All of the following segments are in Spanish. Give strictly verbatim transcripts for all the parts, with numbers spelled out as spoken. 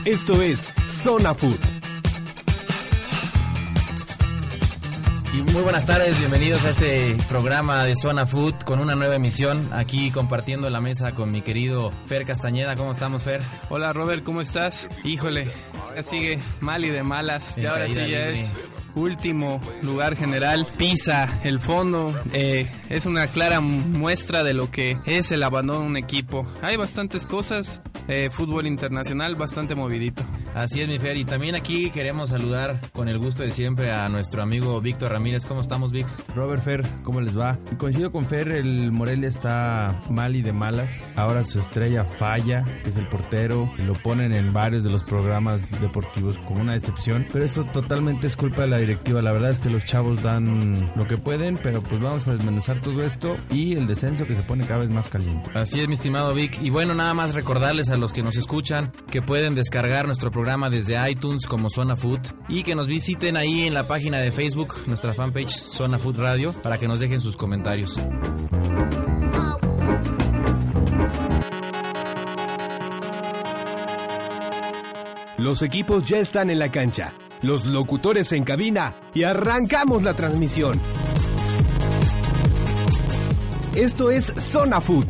Esto es Zona Food. Y muy buenas tardes, bienvenidos a este programa de Zona Food con una nueva emisión, aquí compartiendo la mesa con mi querido Fer Castañeda. ¿Cómo estamos, Fer? Hola, Robert, ¿cómo estás? Híjole, ya sigue mal y de malas, En ya ahora sí caída ya libre. es último lugar general, pisa el fondo, eh, es una clara muestra de lo que es el abandono de un equipo. Hay bastantes cosas, eh, fútbol internacional bastante movidito. Así es, mi Fer, y también aquí queremos saludar con el gusto de siempre a nuestro amigo Víctor Ramírez. ¿Cómo estamos, Vic? Robert, Fer, ¿cómo les va? Coincido con Fer, el Morelia está mal y de malas. Ahora su estrella falla, que es el portero. Lo ponen en varios de los programas deportivos como una decepción. Pero esto totalmente es culpa de la directiva. La verdad es que los chavos dan lo que pueden, pero pues vamos a desmenuzar todo esto y el descenso que se pone cada vez más caliente. Así es, mi estimado Vic. Y bueno, nada más recordarles a los que nos escuchan que pueden descargar nuestro programa desde iTunes como Zona Food y que nos visiten ahí en la página de Facebook, nuestra fanpage Zona Food Radio, para que nos dejen sus comentarios. Los equipos ya están en la cancha, los locutores en cabina y arrancamos la transmisión. Esto es Zona Food.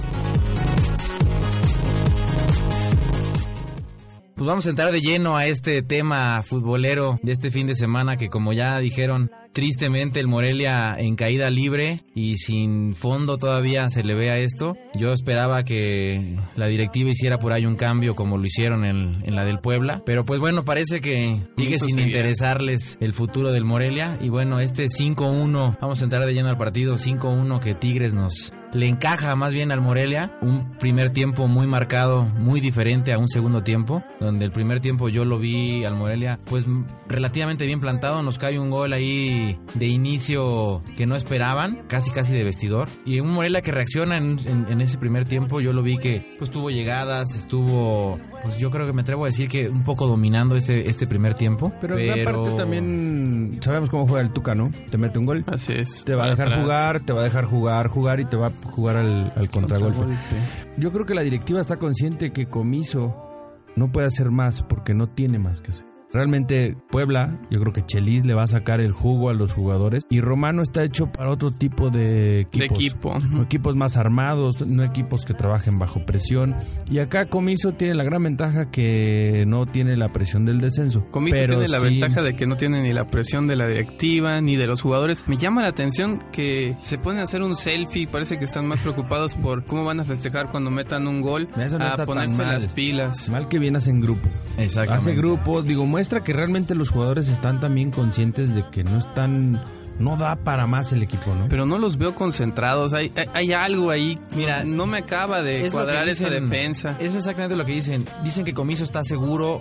Pues vamos a entrar de lleno a este tema futbolero de este fin de semana que, como ya dijeron, tristemente el Morelia en caída libre y sin fondo todavía se le ve a esto. Yo esperaba que la directiva hiciera por ahí un cambio como lo hicieron en, en la del Puebla, pero pues bueno, parece que sigue Eso sin sería. interesarles el futuro del Morelia. Y bueno, este cinco uno, vamos a entrar de lleno al partido, cinco uno que Tigres nos le encaja más bien al Morelia. Un primer tiempo muy marcado, muy diferente a un segundo tiempo, donde el primer tiempo yo lo vi al Morelia pues relativamente bien plantado. Nos cae un gol ahí de inicio que no esperaban, casi casi de vestidor, y un Morelia que reacciona en, en, en ese primer tiempo. Yo lo vi que pues tuvo llegadas, estuvo, pues yo creo que me atrevo a decir que un poco dominando ese este primer tiempo. Pero, en gran parte también sabemos cómo juega el Tuca, ¿no? Te mete un gol, Así es. te va a para dejar atrás. jugar, te va a dejar jugar, jugar y te va a jugar al, al contragolpe. Contragolpe. Yo creo que la directiva está consciente que Comiso no puede hacer más porque no tiene más que hacer. Realmente Puebla, yo creo que Chelis le va a sacar el jugo a los jugadores y Romano está hecho para otro tipo de equipos. De equipo. No equipos más armados, no equipos que trabajen bajo presión. Y acá Comiso tiene la gran ventaja que no tiene la presión del descenso. Comiso pero tiene la sí, ventaja de que no tiene ni la presión de la directiva ni de los jugadores. Me llama la atención que se ponen a hacer un selfie, parece que están más preocupados por cómo van a festejar cuando metan un gol, Eso no a está tan ponerse mal. las pilas. Mal que bien hacen grupo. Exactamente. Hace grupo, digo, muestra que realmente los jugadores están también conscientes de que no están, no da para más el equipo, ¿no? Pero no los veo concentrados, hay, hay, hay algo ahí. Mira, no me acaba de Es lo que cuadrar esa dicen, defensa. Es exactamente lo que dicen. Dicen que Comiso está seguro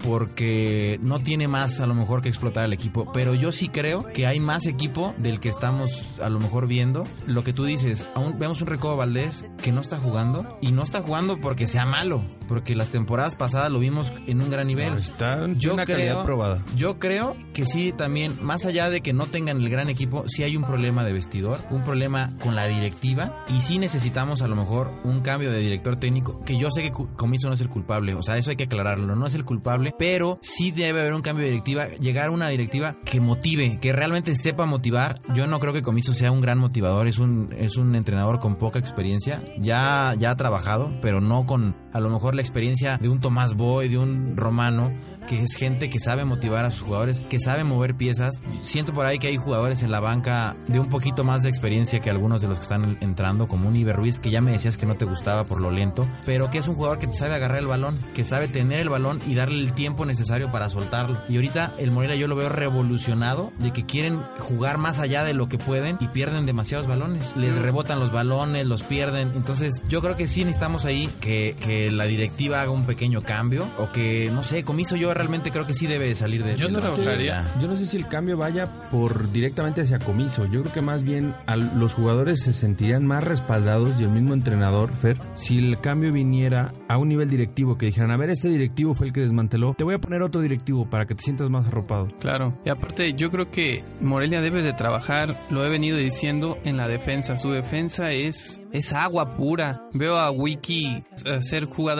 porque no tiene más a lo mejor que explotar el equipo, pero yo sí creo que hay más equipo del que estamos a lo mejor viendo. Lo que tú dices, aún vemos un Recobo Valdés que no está jugando, y no está jugando porque sea malo, porque las temporadas pasadas lo vimos en un gran nivel. No, está en Yo una creo, calidad probada. yo creo que sí, también, más allá de que no tengan el gran equipo, sí hay un problema de vestidor, un problema con la directiva, y sí necesitamos a lo mejor un cambio de director técnico, que yo sé que Comiso no es el culpable, o sea, eso hay que aclararlo, no es el culpable, pero sí debe haber un cambio de directiva, llegar a una directiva que motive, que realmente sepa motivar. Yo no creo que Comiso sea un gran motivador, es un, es un entrenador con poca experiencia, ya, ya ha trabajado, pero no con a lo mejor la experiencia de un Tomás Boy, de un Romano, que es gente que sabe motivar a sus jugadores, que sabe mover piezas. Siento por ahí que hay jugadores en la banca de un poquito más de experiencia que algunos de los que están entrando, como un Iber Ruiz, que ya me decías que no te gustaba por lo lento, pero que es un jugador que te sabe agarrar el balón, que sabe tener el balón y darle el tiempo necesario para soltarlo. Y ahorita el Morelia yo lo veo revolucionado, de que quieren jugar más allá de lo que pueden y pierden demasiados balones. Les rebotan los balones, los pierden. Entonces yo creo que sí necesitamos ahí que, que la directiva haga un pequeño cambio, o que, no sé, Comiso yo realmente creo que sí debe salir de... Yo de no la- trabajaría. Yo no sé si el cambio vaya por directamente hacia Comiso. Yo creo que más bien a los jugadores se sentirían más respaldados, y el mismo entrenador, Fer, si el cambio viniera a un nivel directivo, que dijeran, a ver, este directivo fue el que desmanteló, te voy a poner otro directivo para que te sientas más arropado. Claro, y aparte yo creo que Morelia debe de trabajar, lo he venido diciendo, en la defensa. Su defensa es, es agua pura. Veo a Wiki hacer jugadas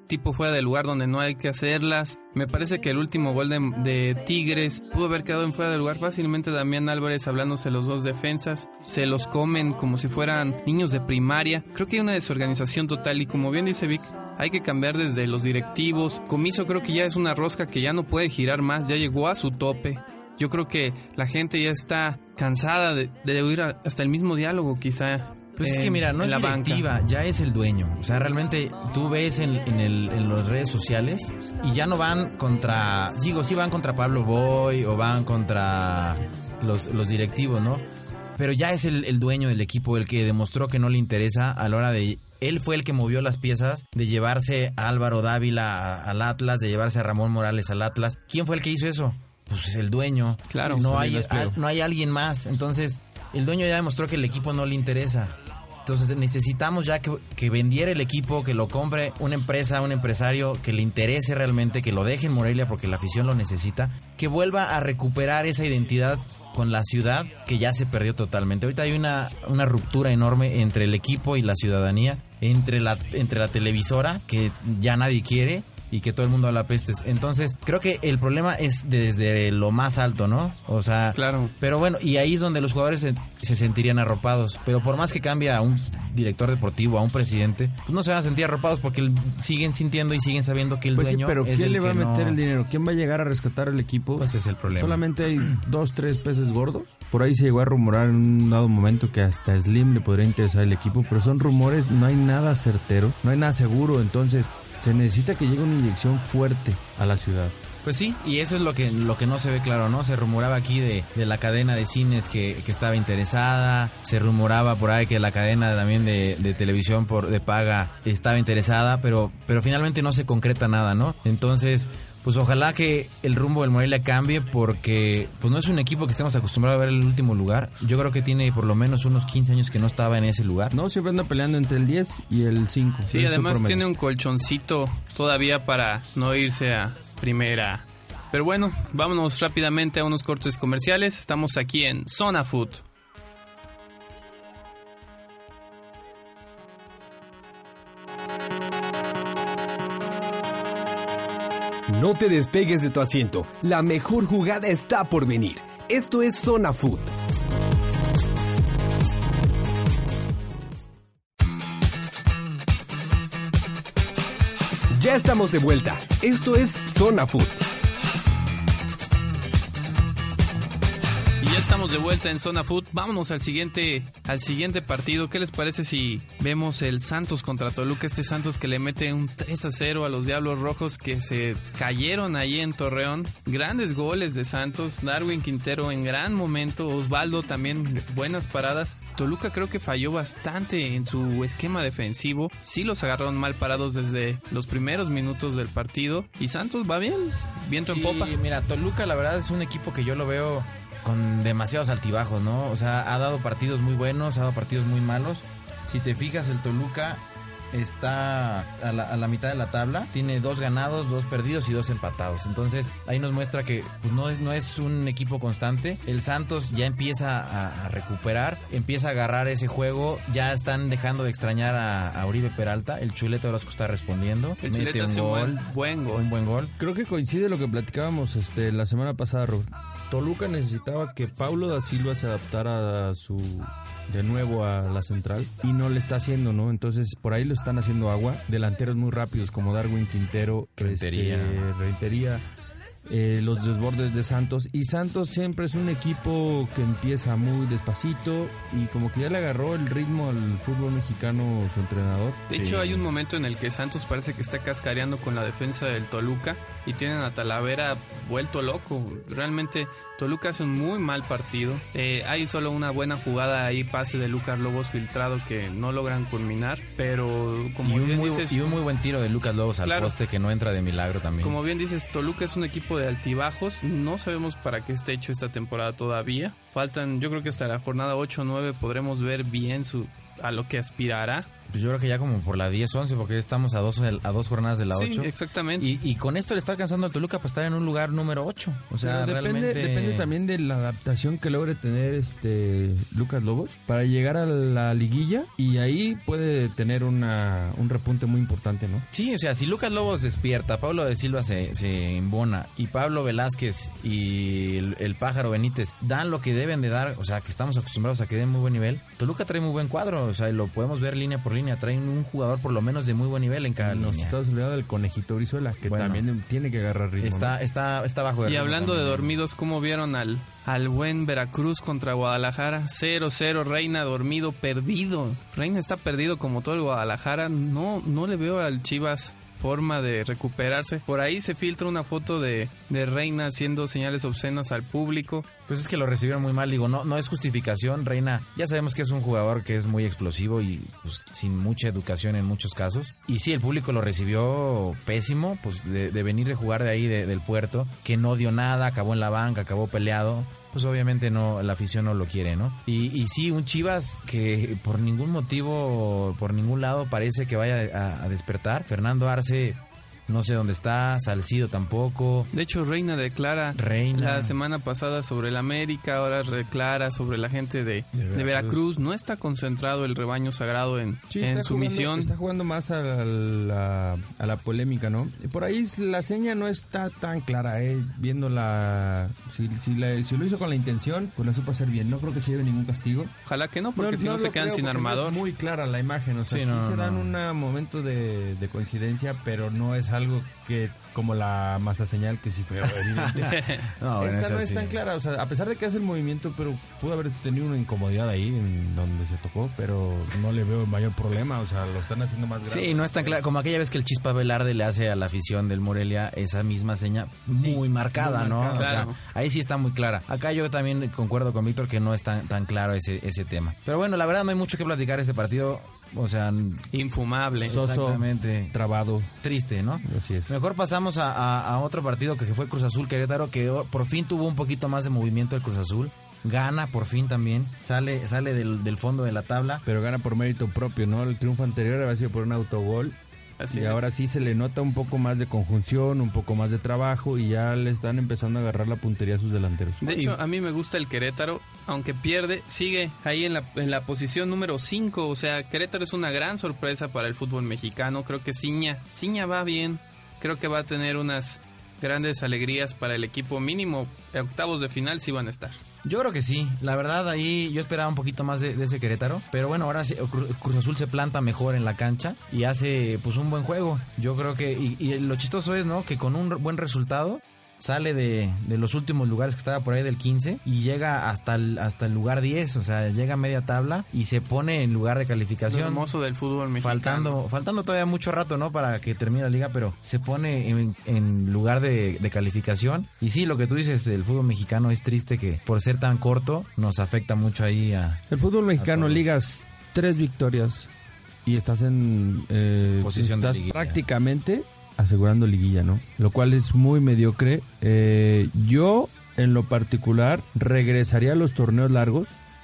tipo fuera de lugar donde no hay que hacerlas. Me parece que el último gol de, de Tigres pudo haber quedado en fuera de lugar fácilmente. Damián Álvarez hablándose los dos defensas, se los comen como si fueran niños de primaria. Creo que hay una desorganización total y como bien dice Vic, hay que cambiar desde los directivos. Comiso creo que ya es una rosca que ya no puede girar más, ya llegó a su tope. Yo creo que la gente ya está cansada de, de oír hasta el mismo diálogo quizá. Pues es que mira, no es directiva, banca. Ya es el dueño. O sea, realmente tú ves en, en, el, en las redes sociales y ya no van contra, digo, sí van contra Pablo Boy o van contra los, los directivos, ¿no? Pero ya es el, el dueño del equipo el que demostró que no le interesa a la hora de... Él fue el que movió las piezas de llevarse a Álvaro Dávila al Atlas, de llevarse a Ramón Morales al Atlas. ¿Quién fue el que hizo eso? Pues el dueño. Claro. No hay, a, no hay alguien más. Entonces, el dueño ya demostró que el equipo no le interesa. Entonces necesitamos ya que, que vendiera el equipo, que lo compre una empresa, un empresario que le interese realmente, que lo deje en Morelia porque la afición lo necesita, que vuelva a recuperar esa identidad con la ciudad que ya se perdió totalmente. Ahorita hay una, una ruptura enorme entre el equipo y la ciudadanía, entre la, entre la televisora, que ya nadie quiere, y que todo el mundo habla pestes. Entonces, creo que el problema es desde lo más alto, ¿no? O sea, claro. Pero bueno, y ahí es donde los jugadores se, se sentirían arropados. Pero por más que cambie a un director deportivo, a un presidente, pues no se van a sentir arropados porque siguen sintiendo y siguen sabiendo que el pues dueño sí, pero es ¿quién el le va que a meter no... el dinero? ¿Quién va a llegar a rescatar el equipo? Pues ese es el problema. Solamente hay dos, tres peces gordos. Por ahí se llegó a rumorar en un dado momento que hasta Slim le podría interesar el equipo, pero son rumores, no hay nada certero, no hay nada seguro. Entonces se necesita que llegue una inyección fuerte a la ciudad. Pues sí, y eso es lo que lo que no se ve claro, ¿no? Se rumoraba aquí de, de la cadena de cines que, que estaba interesada, se rumoraba por ahí que la cadena también de, de televisión por de paga estaba interesada, pero pero finalmente no se concreta nada, ¿no? Entonces, pues ojalá que el rumbo del Morelia cambie porque pues no es un equipo que estemos acostumbrados a ver en el último lugar. Yo creo que tiene por lo menos unos quince años que no estaba en ese lugar. No, siempre anda peleando entre el diez y el cinco. Sí, además tiene un colchoncito todavía para no irse a primera. Pero bueno, vámonos rápidamente a unos cortes comerciales. Estamos aquí en Zona Food. No te despegues de tu asiento. La mejor jugada está por venir. Esto es Zona Food. Ya estamos de vuelta. Esto es Zona Food. Y ya estamos de vuelta en Zona Food. Vámonos al siguiente, al siguiente partido. ¿Qué les parece si vemos el Santos contra Toluca? Este Santos que le mete un tres a cero a los Diablos Rojos que se cayeron ahí en Torreón. Grandes goles de Santos. Darwin Quintero en gran momento. Osvaldo también buenas paradas. Toluca creo que falló bastante en su esquema defensivo. Sí los agarraron mal parados desde los primeros minutos del partido. Y Santos va bien, viento sí, en popa. Mira, Toluca la verdad es un equipo que yo lo veo con demasiados altibajos, ¿no? O sea, ha dado partidos muy buenos, ha dado partidos muy malos. Si te fijas, el Toluca está a la, a la mitad de la tabla, tiene dos ganados, dos perdidos y dos empatados. Entonces, ahí nos muestra que pues, no es, no es un equipo constante. El Santos ya empieza a, a recuperar, empieza a agarrar ese juego. Ya están dejando de extrañar a, a Uribe Peralta. El Chuleta Orozco está respondiendo. El Chuleta hace un buen, buen gol. Un buen gol. Creo que coincide lo que platicábamos este, la semana pasada, Robert. Toluca necesitaba que Paulo da Silva se adaptara a su de nuevo a la central y no le está haciendo, ¿no? Entonces por ahí lo están haciendo agua. Delanteros muy rápidos como Darwin Quintero, Rentería, este, Rentería eh, los desbordes de Santos. Y Santos siempre es un equipo que empieza muy despacito y como que ya le agarró el ritmo al fútbol mexicano su entrenador. De sí. hecho hay un momento en el que Santos parece que está cascareando con la defensa del Toluca y tienen a Talavera vuelto loco. Realmente Toluca hace un muy mal partido. Eh, hay solo una buena jugada ahí, pase de Lucas Lobos filtrado que no logran culminar, pero como y un, bien muy, dices, y un muy buen tiro de Lucas Lobos claro, al poste que no entra de milagro también. Como bien dices, Toluca es un equipo de altibajos. No sabemos para qué esté hecho esta temporada todavía. Faltan, yo creo que hasta la jornada ocho o nueve podremos ver bien su a lo que aspirará. Pues yo creo que ya como por la diez once, porque ya estamos a dos, a dos jornadas de la ocho. Sí, exactamente. Y, y con esto le está alcanzando al Toluca para estar en un lugar número ocho. O sea, Pero depende, realmente... depende también de la adaptación que logre tener este Lucas Lobos para llegar a la liguilla, y ahí puede tener una un repunte muy importante, ¿no? Sí, o sea, si Lucas Lobos despierta, Pablo de Silva se, se embona, y Pablo Velázquez y el, el Pájaro Benítez dan lo que deben de dar, o sea, que estamos acostumbrados a que den muy buen nivel, Toluca trae muy buen cuadro, o sea, y lo podemos ver línea por línea, traen un jugador por lo menos de muy buen nivel en cada Nos línea. estás olvidando del Conejito Brizuela, que Bueno, también tiene que agarrar ritmo, Está, ¿no? está, está bajo de Y ritmo hablando también. de dormidos, ¿cómo vieron al, al buen Veracruz contra Guadalajara? cero cero, Reina dormido, perdido. Reina está perdido como todo el Guadalajara. No, no le veo al Chivas forma de recuperarse. Por ahí se filtra una foto de, de Reina haciendo señales obscenas al público. Pues es que lo recibieron muy mal, digo, no, no es justificación. Reina, ya sabemos que es un jugador que es muy explosivo y pues, sin mucha educación en muchos casos. Y sí, el público lo recibió pésimo, pues de, de venir de jugar de ahí de, del Puerto, que no dio nada, acabó en la banca, acabó peleado. Pues obviamente no, la afición no lo quiere, ¿no? Y, y sí, un Chivas que por ningún motivo, por ningún lado parece que vaya a, a despertar. Fernando Arce, no sé dónde está, Salcido tampoco. De hecho, Reina declara Reina. la semana pasada sobre el América, ahora declara sobre la gente de, De de Veracruz. Veracruz. No está concentrado el rebaño sagrado en, Sí, en está su jugando- misión. Está jugando más a la, a la polémica, ¿no? Y por ahí la seña no está tan clara, ¿eh? Viendo la... Si, si, la- si lo hizo con la intención, pues la supo hacer bien. No creo que se lleve ningún castigo. Ojalá que no, porque No, si no, no se lo quedan creo, sin porque no armador. es muy clara la imagen, o sea, Sí, sí, no, se dan no. un momento de, de coincidencia, pero no es algo que como la masa señal que sí fue evidente. No, bueno, Esta esa no es sí. tan clara, o sea, a pesar de que hace el movimiento, pero pudo haber tenido una incomodidad ahí en donde se tocó, pero no le veo el mayor problema, o sea, lo están haciendo más grave. Sí, no es tan claro. Como aquella vez que el Chispa Velarde le hace a la afición del Morelia esa misma seña muy marcada, muy ¿no? marcada. O sea, Claro. ahí sí está muy clara. Acá yo también concuerdo con Víctor que no es tan, tan claro ese, ese tema. Pero bueno, la verdad no hay mucho que platicar de este partido. O sea, Infumable. Soso, exactamente. trabado, Triste, ¿no? así es. Mejor pasamos a, a- a otro partido que fue Cruz Azul Querétaro, que oh, por fin tuvo un poquito más de movimiento el Cruz Azul. Gana por fin también. Sale, sale del, del fondo de la tabla. Pero gana por mérito propio, ¿no? El triunfo anterior había sido por un autogol. Así y es. ahora sí se le nota un poco más de conjunción, un poco más de trabajo y ya le están empezando a agarrar la puntería a sus delanteros. De hecho, a mí me gusta el Querétaro, aunque pierde, sigue ahí en la, en la posición número cinco. O sea, Querétaro es una gran sorpresa para el fútbol mexicano. Creo que Ciña, Ciña va bien. Creo que va a tener unas grandes alegrías para el equipo mínimo. Octavos de final sí van a estar. Yo creo que sí, la verdad ahí yo esperaba un poquito más de, de ese Querétaro, pero bueno, ahora sí, Cru- Cruz Azul se planta mejor en la cancha y hace pues un buen juego. Yo creo que, y, y lo chistoso es, ¿no? Que con un buen resultado sale de, de los últimos lugares que estaba por ahí del quince y llega hasta el, hasta el lugar diez, o sea, llega a media tabla y se pone en lugar de Lo calificación. hermoso del fútbol mexicano. Faltando, faltando todavía mucho rato, ¿no? Para que termine la liga, pero se pone en, en lugar de, de calificación. Y sí, lo que tú dices, el fútbol mexicano es triste que por ser tan corto nos afecta mucho ahí a... El fútbol mexicano, todos. ligas tres victorias y estás en... eh, Posición de estás liguilla. prácticamente asegurando liguilla, ¿no? Lo cual es muy mediocre. Eh, yo, en lo particular, regresaría a los torneos largos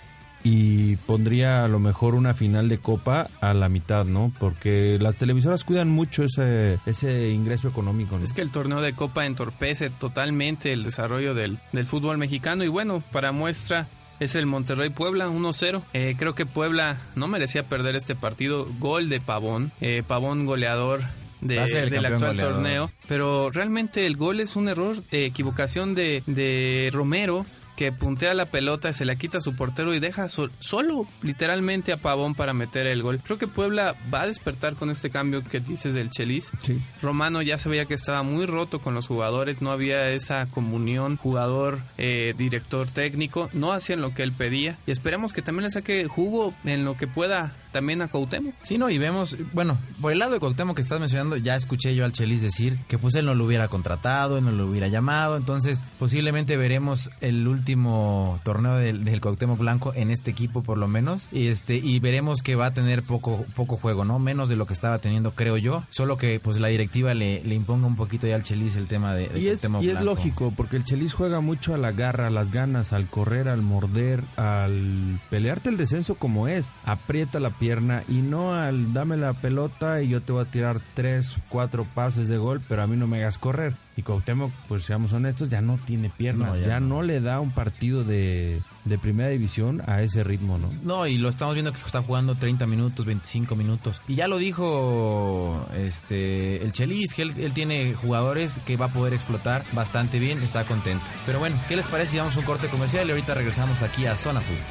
y pondría a lo mejor una final de Copa a la mitad, ¿no? Porque las televisoras cuidan mucho ese, ese ingreso económico, ¿no? Es que el torneo de Copa entorpece totalmente el desarrollo del, del fútbol mexicano. Y bueno, para muestra es el Monterrey Puebla uno cero. Eh, creo que Puebla no merecía perder este partido. Gol de Pavón. Eh, Pavón goleador de, Va a ser el del campeón actual goleador. torneo. Pero realmente el gol es un error de equivocación de, de Romero, que puntea la pelota, se la quita a su portero y deja sol- solo literalmente a Pavón para meter el gol. Creo que Puebla va a despertar con este cambio que dices del Chelis. Sí. Romano ya se veía que estaba muy roto con los jugadores, no había esa comunión jugador, eh, director técnico, no hacían lo que él pedía y esperemos que también le saque jugo en lo que pueda también a Cuauhtémoc. Sí, no, y vemos, bueno, por el lado de Cuauhtémoc que estás mencionando, ya escuché yo al Chelis decir que pues él no lo hubiera contratado, él no lo hubiera llamado, entonces posiblemente veremos el último torneo del, del Cuauhtémoc Blanco en este equipo por lo menos, y este y veremos que va a tener poco poco juego, ¿no? Menos de lo que estaba teniendo, creo yo, solo que pues la directiva le, le imponga un poquito ya al Chelis el tema de, de Y es, Cuauhtémoc y es Blanco. lógico, porque el Chelis juega mucho a la garra, a las ganas, al correr, al morder, al pelearte el descenso como es. Aprieta la pierna pierna y no al dame la pelota y yo te voy a tirar tres, cuatro pases de gol, pero a mí no me hagas correr. Y Cuauhtémoc, pues seamos honestos, ya no tiene piernas, no, ya, ya no. no le da un partido de, de primera división a ese ritmo, ¿no? No, y lo estamos viendo que está jugando treinta minutos, veinticinco minutos. Y ya lo dijo este el Chelis, que él, él tiene jugadores que va a poder explotar bastante bien, está contento. Pero bueno, ¿qué les parece si vamos a un corte comercial y ahorita regresamos aquí a Zona Food?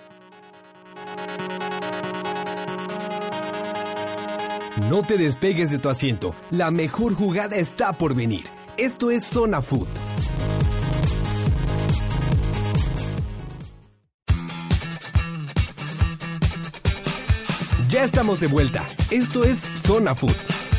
No te despegues de tu asiento, la mejor jugada está por venir. Esto es Zona Food. Ya estamos de vuelta. Esto es Zona Food.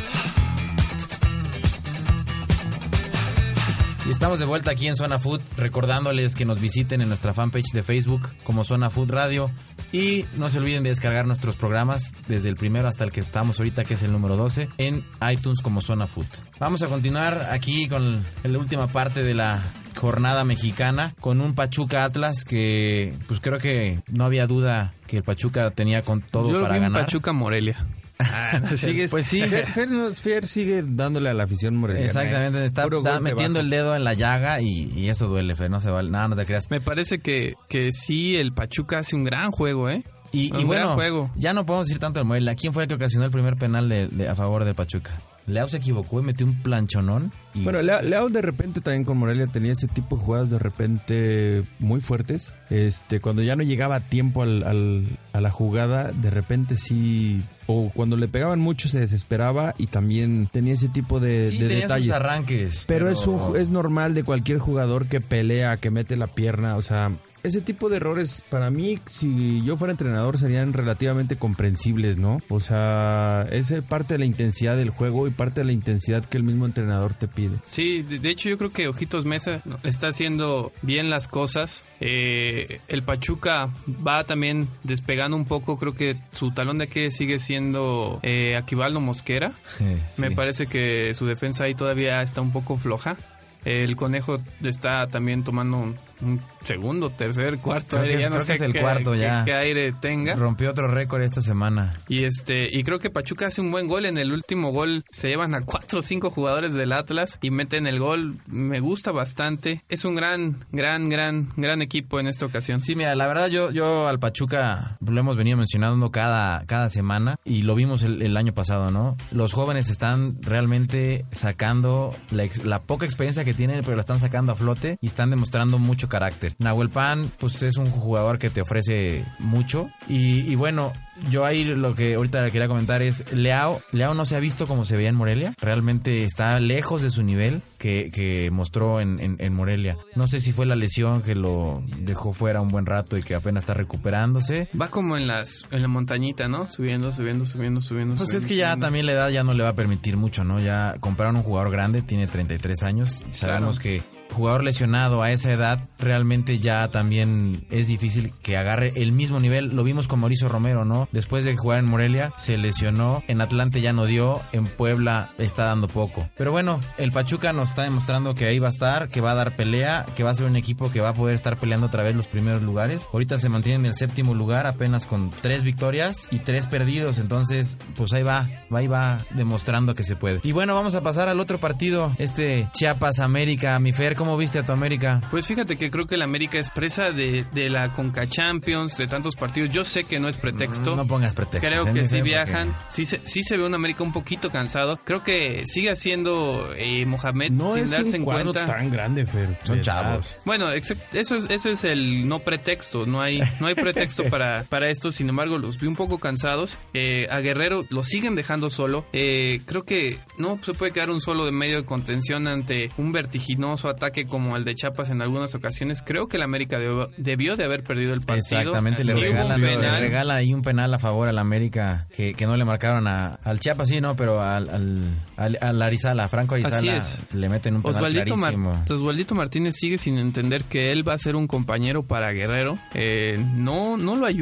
Y estamos de vuelta aquí en Zona Food, recordándoles que nos visiten en nuestra fanpage de Facebook como Zona Food Radio. Y no se olviden de descargar nuestros programas desde el primero hasta el que estamos ahorita, que es el número doce, en iTunes como Zona Food. Vamos a continuar aquí con la última parte de la jornada mexicana, con un Pachuca Atlas que pues creo que no había duda que el Pachuca tenía con todo Yo para vi ganar. Un Pachuca Morelia. Ah, no, ¿Sigues? Pues sí. Fer, Fer, Fer sigue dándole a la afición moreliana. Exactamente, está, está metiendo el dedo en la llaga y, y eso duele, Fer, no se vale, nada, no te creas. Me parece que, que sí, el Pachuca hace un gran juego, ¿eh? Y, y bueno, juego. Ya no podemos decir tanto del Morelia. ¿Quién fue el que ocasionó el primer penal de, de, a favor de Pachuca? Leao se equivocó y metió un planchonón. Y... Bueno, Leao, Leao de repente también con Morelia tenía ese tipo de jugadas de repente muy fuertes. Este, cuando ya no llegaba a tiempo al, al, a la jugada, de repente sí... O cuando le pegaban mucho se desesperaba y también tenía ese tipo de, sí, de tenía detalles. Sus arranques. Pero, pero... Es, un, es normal de cualquier jugador que pelea, que mete la pierna, o sea... Ese tipo de errores, para mí, si yo fuera entrenador, serían relativamente comprensibles, ¿no? O sea, es parte de la intensidad del juego y parte de la intensidad que el mismo entrenador te pide. Sí, de hecho yo creo que Ojitos Meza está haciendo bien las cosas. Eh, el Pachuca va también despegando un poco. Creo que su talón de Aquiles sigue siendo eh, Aquivaldo Mosquera. Sí, sí. Me parece que su defensa ahí todavía está un poco floja. El Conejo está también tomando un, un segundo, tercer, cuarto creo aire, ya no sé es el qué, cuarto qué, ya. qué aire tenga. Rompió otro récord esta semana. Y este y creo que Pachuca hace un buen gol. En el último gol se llevan a cuatro o cinco jugadores del Atlas y meten el gol. Me gusta bastante. Es un gran, gran, gran, gran equipo en esta ocasión. Sí, mira, la verdad yo, yo al Pachuca lo hemos venido mencionando cada, cada semana y lo vimos el, el año pasado, ¿no? Los jóvenes están realmente sacando la, la poca experiencia que tienen, pero la están sacando a flote y están demostrando mucho carácter. Nahuel Pan, pues es un jugador que te ofrece mucho y, y bueno, yo ahí lo que ahorita quería comentar es Leao, Leao no se ha visto como se veía en Morelia, realmente está lejos de su nivel que, que mostró en, en, en Morelia. No sé si fue la lesión que lo dejó fuera un buen rato y que apenas está recuperándose. Va como en las en la montañita, ¿no? Subiendo, subiendo, subiendo, subiendo. Pues subiendo, es que ya subiendo. También la edad ya no le va a permitir mucho, ¿no? Ya compraron un jugador grande, tiene treinta y tres años y sabemos claro. que jugador lesionado a esa edad realmente ya también es difícil que agarre el mismo nivel. Lo vimos con Mauricio Romero, ¿no? Después de jugar en Morelia se lesionó, en Atlante ya no dio, en Puebla está dando poco. Pero bueno, el Pachuca nos está demostrando que ahí va a estar, que va a dar pelea, que va a ser un equipo que va a poder estar peleando otra vez los primeros lugares. Ahorita se mantiene en el séptimo lugar apenas con tres victorias y tres perdidos, entonces pues ahí va, ahí va demostrando que se puede. Y bueno, vamos a pasar al otro partido, este Chiapas América. Mi Fer, ¿cómo viste a tu América? Pues fíjate que creo que la América es presa de, de la Conca Champions, de tantos partidos. Yo sé que no es pretexto. No, no pongas pretextos. Creo ¿eh? que sí Fer, viajan. porque... Sí se, sí se ve un América un poquito cansado. Creo que sigue haciendo eh, Mohamed no sin darse en cuenta. No es un tan grande, Fer. Son chavos. Bueno, eso es, eso es el no pretexto. No hay, no hay pretexto para, para esto. Sin embargo, los vi un poco cansados. Eh, a Guerrero lo siguen dejando solo. Eh, creo que no se puede quedar un solo de medio de contención ante un vertiginoso ataque como el de Chiapas en algunas ocasiones. Creo que el América debió, debió de haber perdido el partido. Exactamente, le regalan, le regala ahí un penal a favor al América que, que no le marcaron a, al Chiapas, sí, no, pero al, al, al, al Arizala, a Franco Arizala le meten un penal Osvaldito clarísimo. Mar, Osvaldito Martínez sigue sin entender que él va a ser un compañero para Guerrero. Eh, no, no lo ayuda.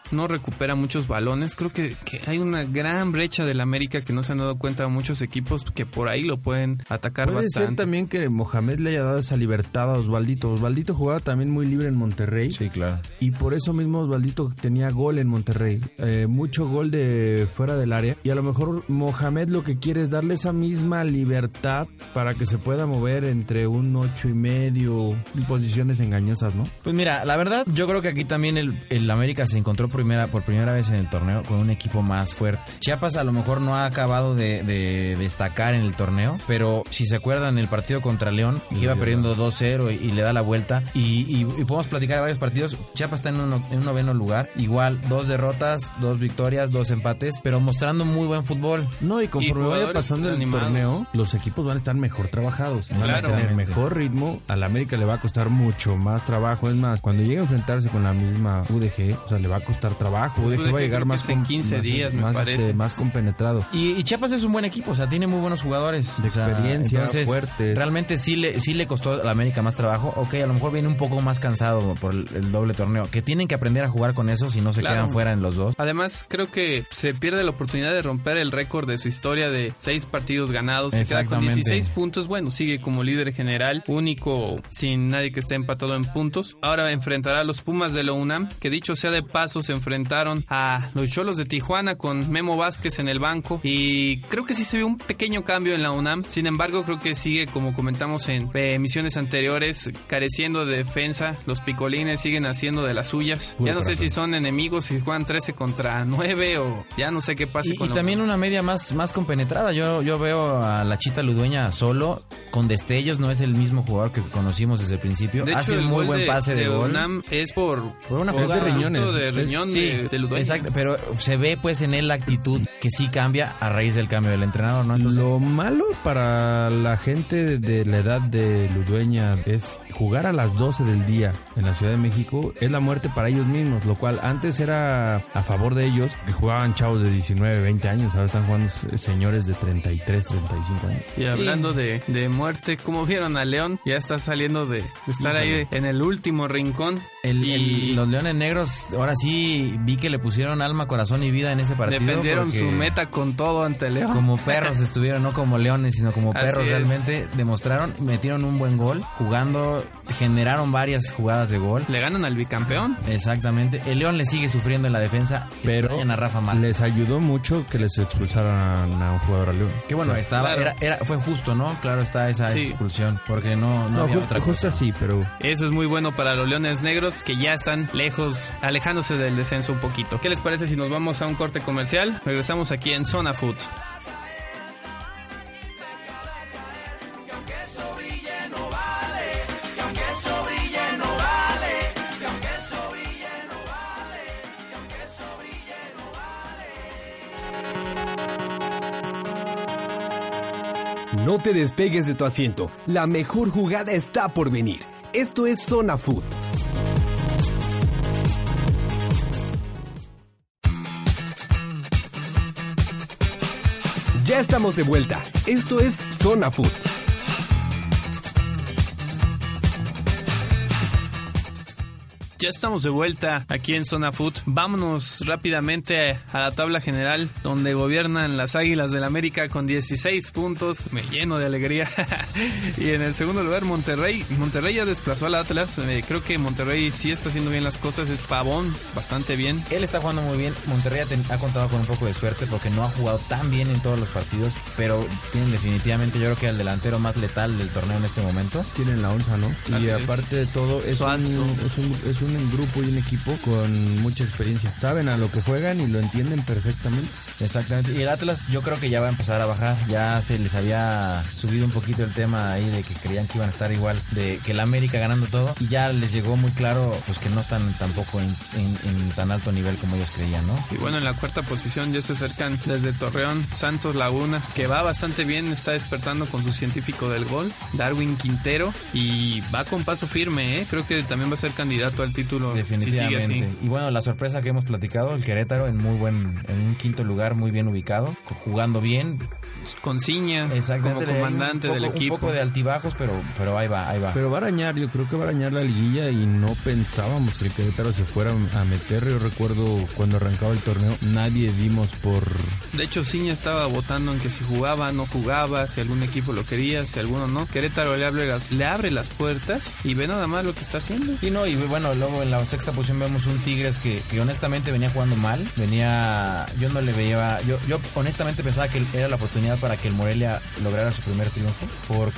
no recupera muchos balones. Creo que, que hay una gran brecha del América que no se han dado cuenta muchos equipos que por ahí lo pueden atacar Puede bastante. ser también que Mohamed le haya dado esa libertad a Osvaldito. Osvaldito jugaba también muy libre en Monterrey. Sí, claro. Y por eso mismo Osvaldito tenía gol en Monterrey. Eh, mucho gol de fuera del área. Y a lo mejor Mohamed lo que quiere es darle esa misma libertad para que se pueda mover entre un ocho y medio y posiciones engañosas, ¿no? Pues mira, la verdad, yo creo que aquí también el, el América se encontró primera, por primera vez en el torneo con un equipo más fuerte. Chiapas a lo mejor no ha acabado de, de destacar en el torneo, pero si se acuerdan el partido contra León, que iba perdiendo dos cero y, y le da la vuelta, y, y, y podemos platicar de varios partidos. Chiapas está en un, en un noveno lugar, igual, dos derrotas, dos victorias, dos empates, pero mostrando muy buen fútbol. No, y conforme Y vaya pasando el animados. torneo, los equipos van a estar mejor trabajados. Van a Claro. tener mejor ritmo. Al América le va a costar mucho más trabajo. Es más, cuando llegue a enfrentarse con la misma U D G, o sea, le va a costar trabajo. Pues U D G va a U D G llegar creo más que es en con- quince más- días, me más, parece. este, más compenetrado. Y, y Chiapas es un buen equipo, o sea, tiene muy buenos jugadores. De O sea, experiencia, entonces, fuerte. Realmente sí le, sí le costó a la América más trabajo. Ok, a lo mejor viene un poco más cansado por el, el doble torneo. Que tienen que aprender a jugar con eso si no se Claro. quedan fuera en los dos. Además, creo que se pierde la oportunidad de romper el récord de su historia de seis partidos ganados. Se queda con Exactamente. dieciséis puntos. Bueno, sigue como líder general, único sin nadie que esté empatado en puntos. Ahora enfrentará a los Pumas de la UNAM, que dicho sea de paso, se enfrentaron a los Xolos de Tijuana con Memo Vázquez en el banco. Y creo que sí se vio un pequeño cambio en la UNAM. Sin embargo, creo que sigue, como comentamos en eh, emisiones anteriores, careciendo de defensa. Los picolines siguen haciendo de las suyas. Puro Ya no sé corazón. si son enemigos, si juegan trece contra nueve o ya no sé qué pase Y, con y la también UNAM. una media más, más compenetrada. Yo, yo veo a la Chita Ludueña solo, con destellos, no es el mismo jugador que conocimos desde el principio. De hecho, Hace el un muy gol buen de, pase de, de gol. UNAM es por, Por una por jugada de riñones. riñón, de, riñón Sí, de, de Ludueña. exacto, pero se ve pues en él la actitud que sí cambia a raíz del cambio del entrenador, ¿no? Entonces, Lo malo para la gente de la edad de Ludueña es jugar a las doce del día en la Ciudad de México, es la muerte para ellos mismos, lo cual antes era a favor de ellos, que jugaban chavos de diecinueve, veinte años, ahora están jugando señores de treinta y tres, treinta y cinco años. Y hablando de, de muerte, ¿cómo vieron a León? Ya está saliendo de, de estar ahí en el último rincón. el, y el- los Leones Negros, ahora sí vi que le pusieron alma, corazón y vida en ese partido. defendieron porque su meta con todo ante León. Como perros estuvieron, no como leones, sino como Así perros. es. Realmente demostraron, metieron un buen gol, jugando, generaron varias jugadas de gol. Le ganan al bicampeón. Exactamente. El León le sigue sufriendo en la defensa. Pero Extrañan a Rafa Márquez. les ayudó mucho que les expulsaran a un jugador a León. Que bueno, O sea, estaba, claro. era, era, fue justo, ¿no? Claro está esa Sí. expulsión, porque no, no, no, había justo, otra justo cosa. así, pero Eso es muy bueno para los Leones Negros, que ya están lejos, alejándose del descenso un poquito. ¿Qué les parece si nos vamos a un corte comercial? Regresamos aquí en Zona Food. No te despegues de tu asiento. La mejor jugada está por venir. Esto es Zona Food. Ya estamos de vuelta. Esto es Zona Food. Ya estamos de vuelta aquí en Zona Food. Vámonos rápidamente a la tabla general, donde gobiernan las Águilas del América con dieciséis puntos. Me lleno de alegría. Y en el segundo lugar, Monterrey. Monterrey ya desplazó al Atlas. Eh, creo que Monterrey sí está haciendo bien las cosas. Es Pavón, bastante bien. Él está jugando muy bien. Monterrey ha, ten- ha contado con un poco de suerte porque no ha jugado tan bien en todos los partidos, pero tienen definitivamente, yo creo que el delantero más letal del torneo en este momento. tienen la onza, ¿no? Así Y es. aparte de todo, es un, Suazo. es, un, es un grupo y un equipo con mucha experiencia. Saben a lo que juegan y lo entienden perfectamente. Exactamente. Y el Atlas yo creo que ya va a empezar a bajar. Ya se les había subido un poquito el tema ahí de que creían que iban a estar igual de que el América ganando todo. Y ya les llegó muy claro pues que no están tampoco en, en- en tan alto nivel como ellos creían, ¿no? Y bueno, en la cuarta posición ya se acercan desde Torreón Santos Laguna, que va bastante bien, está despertando con su científico del gol, Darwin Quintero, y va con paso firme, ¿eh? Creo que también va a ser candidato al título si sigue Definitivamente. así. Y bueno, la sorpresa que hemos platicado, el Querétaro en muy buen, en un quinto lugar, muy bien ubicado, jugando bien. con Ciña como comandante poco, del equipo. Un poco de altibajos, pero, pero ahí va, ahí va. Pero va a arañar, yo creo que va a arañar la liguilla y no pensábamos que el Querétaro se fuera a meter. Yo recuerdo cuando arrancaba el torneo, nadie dimos por... De hecho, Ciña estaba votando en que si jugaba, no jugaba, si algún equipo lo quería, si alguno no. Querétaro le abre las, le abre las puertas y ve nada más lo que está haciendo. Y no, y bueno, luego en la sexta posición vemos un Tigres que, que honestamente venía jugando mal. Venía, yo no le veía, yo, yo honestamente pensaba que era la oportunidad para que el Morelia lograra su primer triunfo,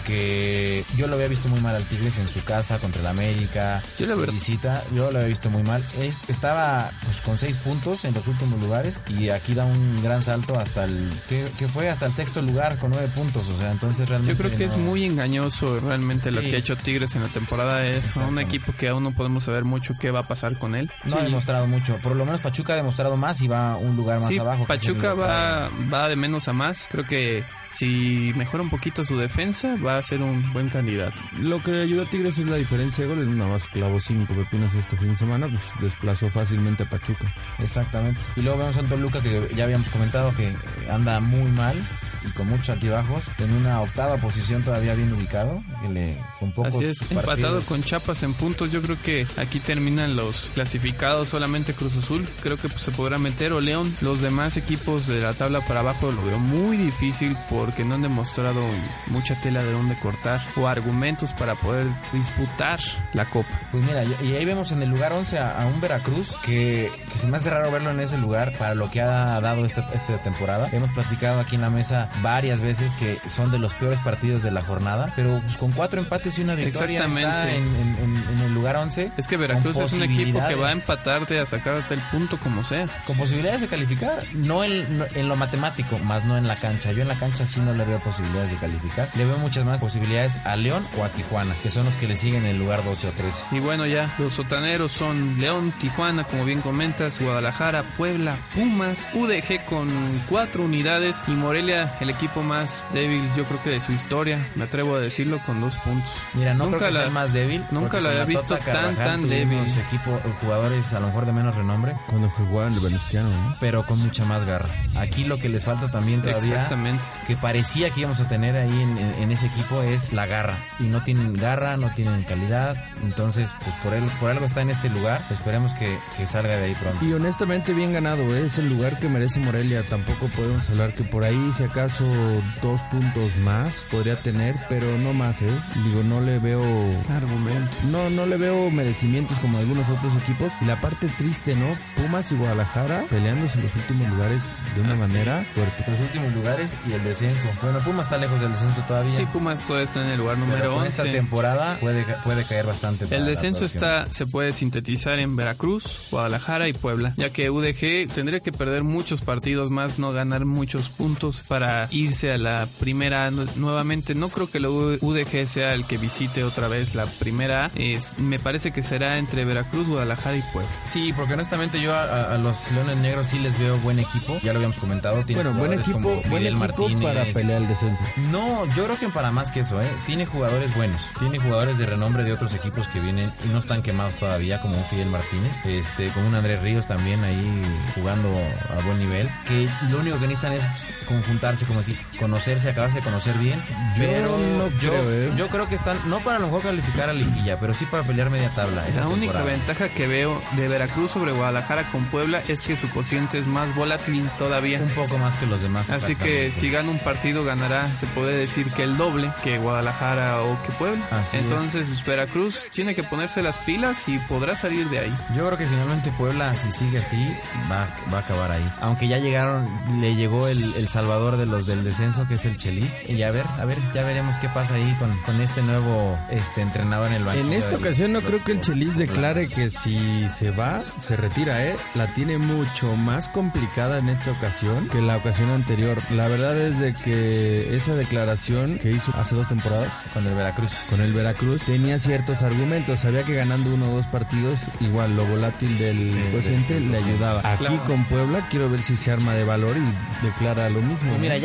porque yo lo había visto muy mal al Tigres en su casa contra el América. Yo la verdad, visita, yo lo había visto muy mal. Es, estaba pues con seis puntos en los últimos lugares y aquí da un gran salto hasta el, que, que fue hasta el sexto lugar con nueve puntos. O sea, entonces realmente yo creo que no... es muy engañoso realmente sí. Lo que ha hecho Tigres en la temporada. Es un equipo que aún no podemos saber mucho qué va a pasar con él. No sí. ha demostrado mucho. Por lo menos Pachuca ha demostrado más y va un lugar más sí, abajo. Pachuca va, va de menos a más. Creo que si mejora un poquito su defensa, va a ser un buen candidato. Lo que ayuda a Tigres es la diferencia de goles. Nada más clavó cinco pepinos este fin de semana, pues desplazó fácilmente a Pachuca. Exactamente. Y luego vemos a Toluca, que ya habíamos comentado que anda muy mal y con muchos altibajos, en una octava posición todavía bien ubicado, que le, con pocos Así es, partidos. Empatado con Chiapas en puntos. Yo creo que aquí terminan los clasificados, solamente Cruz Azul creo que pues, se podrá meter, o León. Los demás equipos de la tabla para abajo lo veo muy difícil porque no han demostrado mucha tela de dónde cortar o argumentos para poder disputar la Copa. Pues mira, y ahí vemos en el lugar once a, a un Veracruz que, que se me hace raro verlo en ese lugar para lo que ha dado esta, esta temporada. Hemos platicado aquí en la mesa varias veces que son de los peores partidos de la jornada, pero pues, con cuatro empates y una victoria está en, en, en el lugar once. Es que Veracruz es un equipo que va a empatarte, a sacarte el punto como sea. Con posibilidades de calificar, no en, no, en lo matemático, más no en la cancha. Yo en la cancha sí no le veo posibilidades de calificar. Le veo muchas más posibilidades a León o a Tijuana, que son los que le siguen en el lugar doce o trece. Y bueno, ya los sotaneros son León, Tijuana, como bien comentas, Guadalajara, Puebla, Pumas, U D G con cuatro unidades y Morelia, el equipo más débil, yo creo que de su historia, me atrevo a decirlo, con dos puntos. Mira, no nunca creo que la, sea el más débil. Nunca lo había visto tan, tan débil. Equipos, jugadores a lo mejor de menos renombre. Cuando jugaban el Venustiano, ¿no? Pero con mucha más garra. Aquí lo que les falta también todavía, exactamente, que parecía que íbamos a tener ahí en, en, en ese equipo, es la garra. Y no tienen garra, no tienen calidad. Entonces, pues por, él, por algo está en este lugar. Esperemos que, que salga de ahí pronto. Y honestamente bien ganado, ¿eh? Es el lugar que merece Morelia. Tampoco podemos hablar que por ahí, si acaso, dos puntos más podría tener, pero no más, ¿eh? Digo, no le veo argumentos. No, no le veo merecimientos como algunos otros equipos. Y la parte triste, ¿no? Pumas y Guadalajara peleándose en los últimos lugares de una Así manera es. fuerte. Los últimos lugares y el descenso. Bueno, Pumas está lejos del descenso todavía. Sí, Pumas todavía está en el lugar número pero con once. Esta temporada puede, puede caer bastante. El descenso está, se puede sintetizar en Veracruz, Guadalajara y Puebla, ya que U D G tendría que perder muchos partidos más, no ganar muchos puntos para irse a la primera nuevamente. No creo que la U D G sea el que visite otra vez la primera. Es, me parece que será entre Veracruz, Guadalajara y Puebla. Sí, porque honestamente yo a, a los Leones Negros sí les veo buen equipo. Ya lo habíamos comentado. Tiene bueno, buen equipo, buen equipo Martínez. Para pelear el descenso. No, yo creo que para más que eso, ¿eh? Tiene jugadores buenos. Tiene jugadores de renombre de otros equipos que vienen y no están quemados todavía, como un Fidel Martínez, este, como un Andrés Ríos también ahí jugando a buen nivel. Que lo único que necesitan es conjuntarse como equipo, conocerse, acabarse de conocer bien. Yo pero no yo, creo, ¿eh? yo creo que están, no para a lo mejor calificar a liguilla, pero sí para pelear media tabla. La única temporada. ventaja que veo de Veracruz sobre Guadalajara con Puebla es que su cociente es más volátil todavía. Un poco más que los demás. Así que si gana un partido ganará, se puede decir que el doble que Guadalajara o que Puebla. Así Entonces es. Veracruz tiene que ponerse las pilas y podrá salir de ahí. Yo creo que finalmente Puebla, si sigue así, va, va a acabar ahí. Aunque ya llegaron, le llegó el, el salvador de los del descenso, que es el Chelis. Y a ver, a ver, ya veremos qué pasa ahí con, con este nuevo este entrenador en el banquillo. En esta del, ocasión no creo que el Chelis declare que si se va, se retira, ¿eh? La tiene mucho más complicada en esta ocasión que la ocasión anterior. La verdad es de que esa declaración que hizo hace dos temporadas con el Veracruz, con el Veracruz tenía ciertos argumentos. Sabía que ganando uno o dos partidos, igual lo volátil del cociente le ayudaba. Aquí claro. con Puebla quiero ver si se arma de valor y declara lo mismo. Pues mira, ya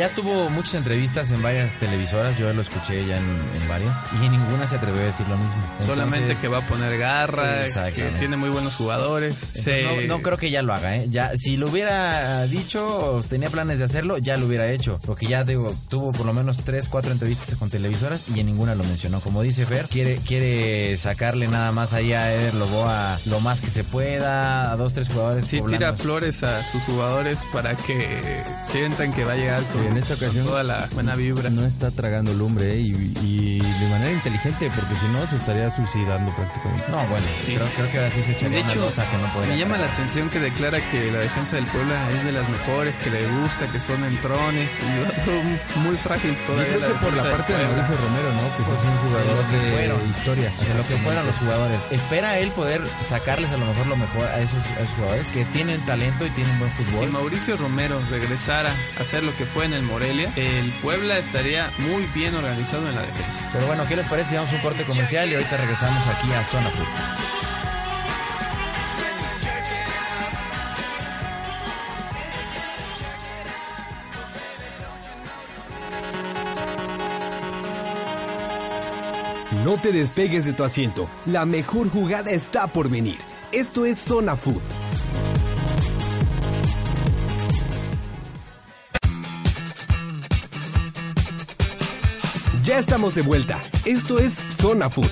ya tuvo muchas entrevistas en varias televisoras, yo lo escuché ya en, en varias, y en ninguna se atrevió a decir lo mismo. Entonces, solamente que va a poner garra, que tiene muy buenos jugadores. Se... No, no creo que ya lo haga, ¿eh? Ya, si lo hubiera dicho, o tenía planes de hacerlo, ya lo hubiera hecho. Porque ya digo, tuvo por lo menos tres, cuatro entrevistas con televisoras y en ninguna lo mencionó. Como dice Fer, quiere, quiere sacarle nada más ahí a Eder Loboa lo más que se pueda, a dos, tres jugadores. Sí, poblanos. Tira flores a sus jugadores para que sientan que va a llegar con, sí, en esta ocasión toda la buena vibra. No está tragando lumbre, ¿eh? y, y de manera inteligente, porque si no se estaría suicidando prácticamente. No, bueno, sí. creo, creo que ahora sí se echaría de hecho, una cosa que no podría. Me llama la atención que declara que la defensa del Puebla es de las mejores, que le gusta, que son entrones, y muy frágil todavía. Yo creo que por la parte de Mauricio Romero, ¿no? Que es un jugador de, fueron, historia. De lo que fueron los jugadores. Espera él poder sacarles a lo mejor lo mejor a esos, a esos jugadores que tienen talento y tienen buen fútbol. Si Mauricio Romero regresara a hacer lo que fue en el Morelia, el Puebla estaría muy bien organizado en la defensa. Pero bueno, ¿qué les parece si vamos a un corte comercial y ahorita regresamos aquí a Zona Foot? No te despegues de tu asiento. La mejor jugada está por venir. Esto es Zona Foot. Ya estamos de vuelta. Esto es Zona Foot.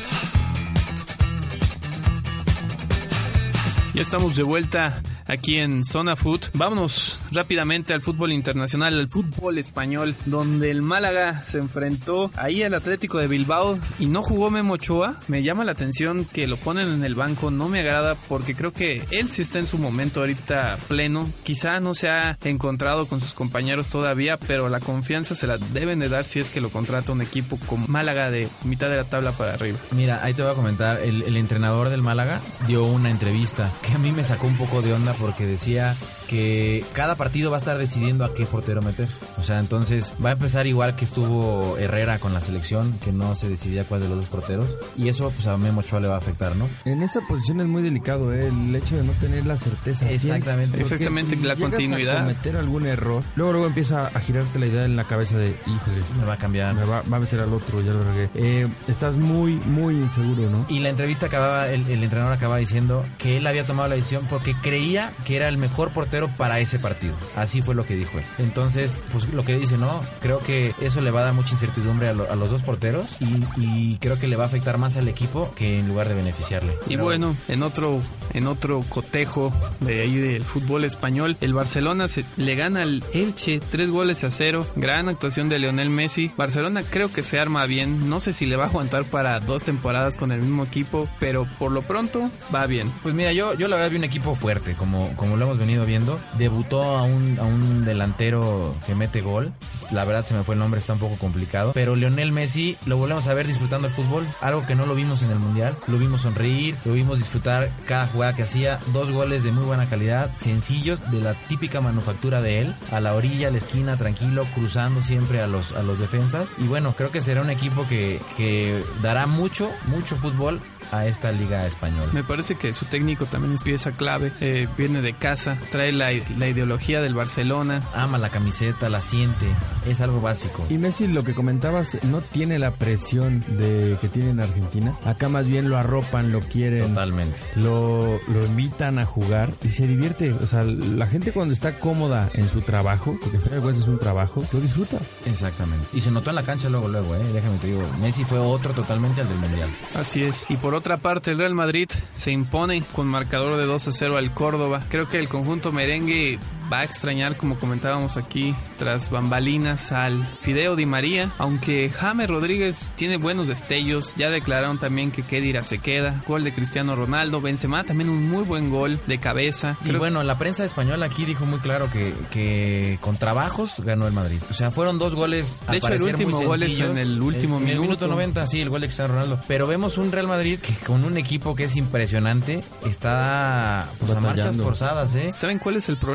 Ya estamos de vuelta aquí en Zona Foot. Vámonos rápidamente al fútbol internacional, al fútbol español, donde el Málaga se enfrentó ahí al Atlético de Bilbao y no jugó Memo Ochoa. Me llama la atención que lo ponen en el banco, no me agrada porque creo que él sí está en su momento ahorita pleno. Quizá no se ha encontrado con sus compañeros todavía, pero la confianza se la deben de dar si es que lo contrata un equipo como Málaga de mitad de la tabla para arriba. Mira, ahí te voy a comentar, el, el entrenador del Málaga dio una entrevista que a mí me sacó un poco de onda porque decía que cada partido va a estar decidiendo a qué portero meter. O sea, entonces va a empezar igual que estuvo Herrera con la selección, que no se decidía cuál de los dos porteros. Y eso pues a Memo Ochoa le va a afectar, ¿no? En esa posición es muy delicado, ¿eh? El hecho de no tener la certeza. Exactamente. Exactamente, si la continuidad. A cometer algún error, luego luego empieza a girarte la idea en la cabeza de, híjole, me va a cambiar. Me va, va a meter al otro, ya lo regué. Eh, estás muy, muy inseguro, ¿no? Y la entrevista acababa, el, el entrenador acababa diciendo que él había tomado la decisión porque creía que era el mejor portero para ese partido. Así fue lo que dijo él. Entonces, pues lo que dice, ¿no? Creo que eso le va a dar mucha incertidumbre a, lo, a los dos porteros y, y creo que le va a afectar más al equipo que en lugar de beneficiarle. Y Pero, bueno, en otro en otro cotejo de ahí del fútbol español, el Barcelona se, le gana al Elche tres goles a cero. Gran actuación de Lionel Messi. Barcelona creo que se arma bien. No sé si le va a aguantar para dos temporadas con el mismo equipo, pero por lo pronto va bien. Pues mira, yo, yo la verdad vi un equipo fuerte, como, como lo hemos venido viendo. Debutó a un, a un delantero que mete gol. La verdad se me fue el nombre, está un poco complicado. Pero Lionel Messi lo volvemos a ver disfrutando el fútbol. Algo que no lo vimos en el Mundial. Lo vimos sonreír, lo vimos disfrutar cada jugada que hacía. Dos goles de muy buena calidad, sencillos, de la típica manufactura de él. A la orilla, a la esquina, tranquilo, cruzando siempre a los, a los defensas. Y bueno, creo que será un equipo que, que dará mucho, mucho fútbol a esta liga española. Me parece que su técnico también es pieza clave, eh, viene de casa, trae la, la ideología del Barcelona. Ama la camiseta, la siente, es algo básico. Y Messi, lo que comentabas, no tiene la presión de que tiene en Argentina. Acá más bien lo arropan, lo quieren. Totalmente. Lo, lo invitan a jugar y se divierte. O sea, la gente cuando está cómoda en su trabajo, porque al final de cuentas es un trabajo, lo disfruta. Exactamente. Y se notó en la cancha luego, luego, eh. Déjame te digo, Messi fue otro totalmente al del Mundial. Así es. Y por otra parte, el Real Madrid se impone con marcador de dos a cero al Córdoba. Creo que el conjunto merengue va a extrañar, como comentábamos aquí, tras bambalinas, al Fideo Di María, aunque James Rodríguez tiene buenos destellos. Ya declararon también que Khedira se queda. Gol de Cristiano Ronaldo. Benzema también un muy buen gol de cabeza. Creo... Y bueno, la prensa española aquí dijo muy claro que, que con trabajos ganó el Madrid. O sea, fueron dos goles, de al hecho, parecer, el último muy gol es en el último en, minuto. En el minuto noventa, sí, el gol de Cristiano Ronaldo. Pero vemos un Real Madrid que con un equipo que es impresionante está pues, a marchas forzadas, ¿eh? ¿Saben cuál es el problema del Real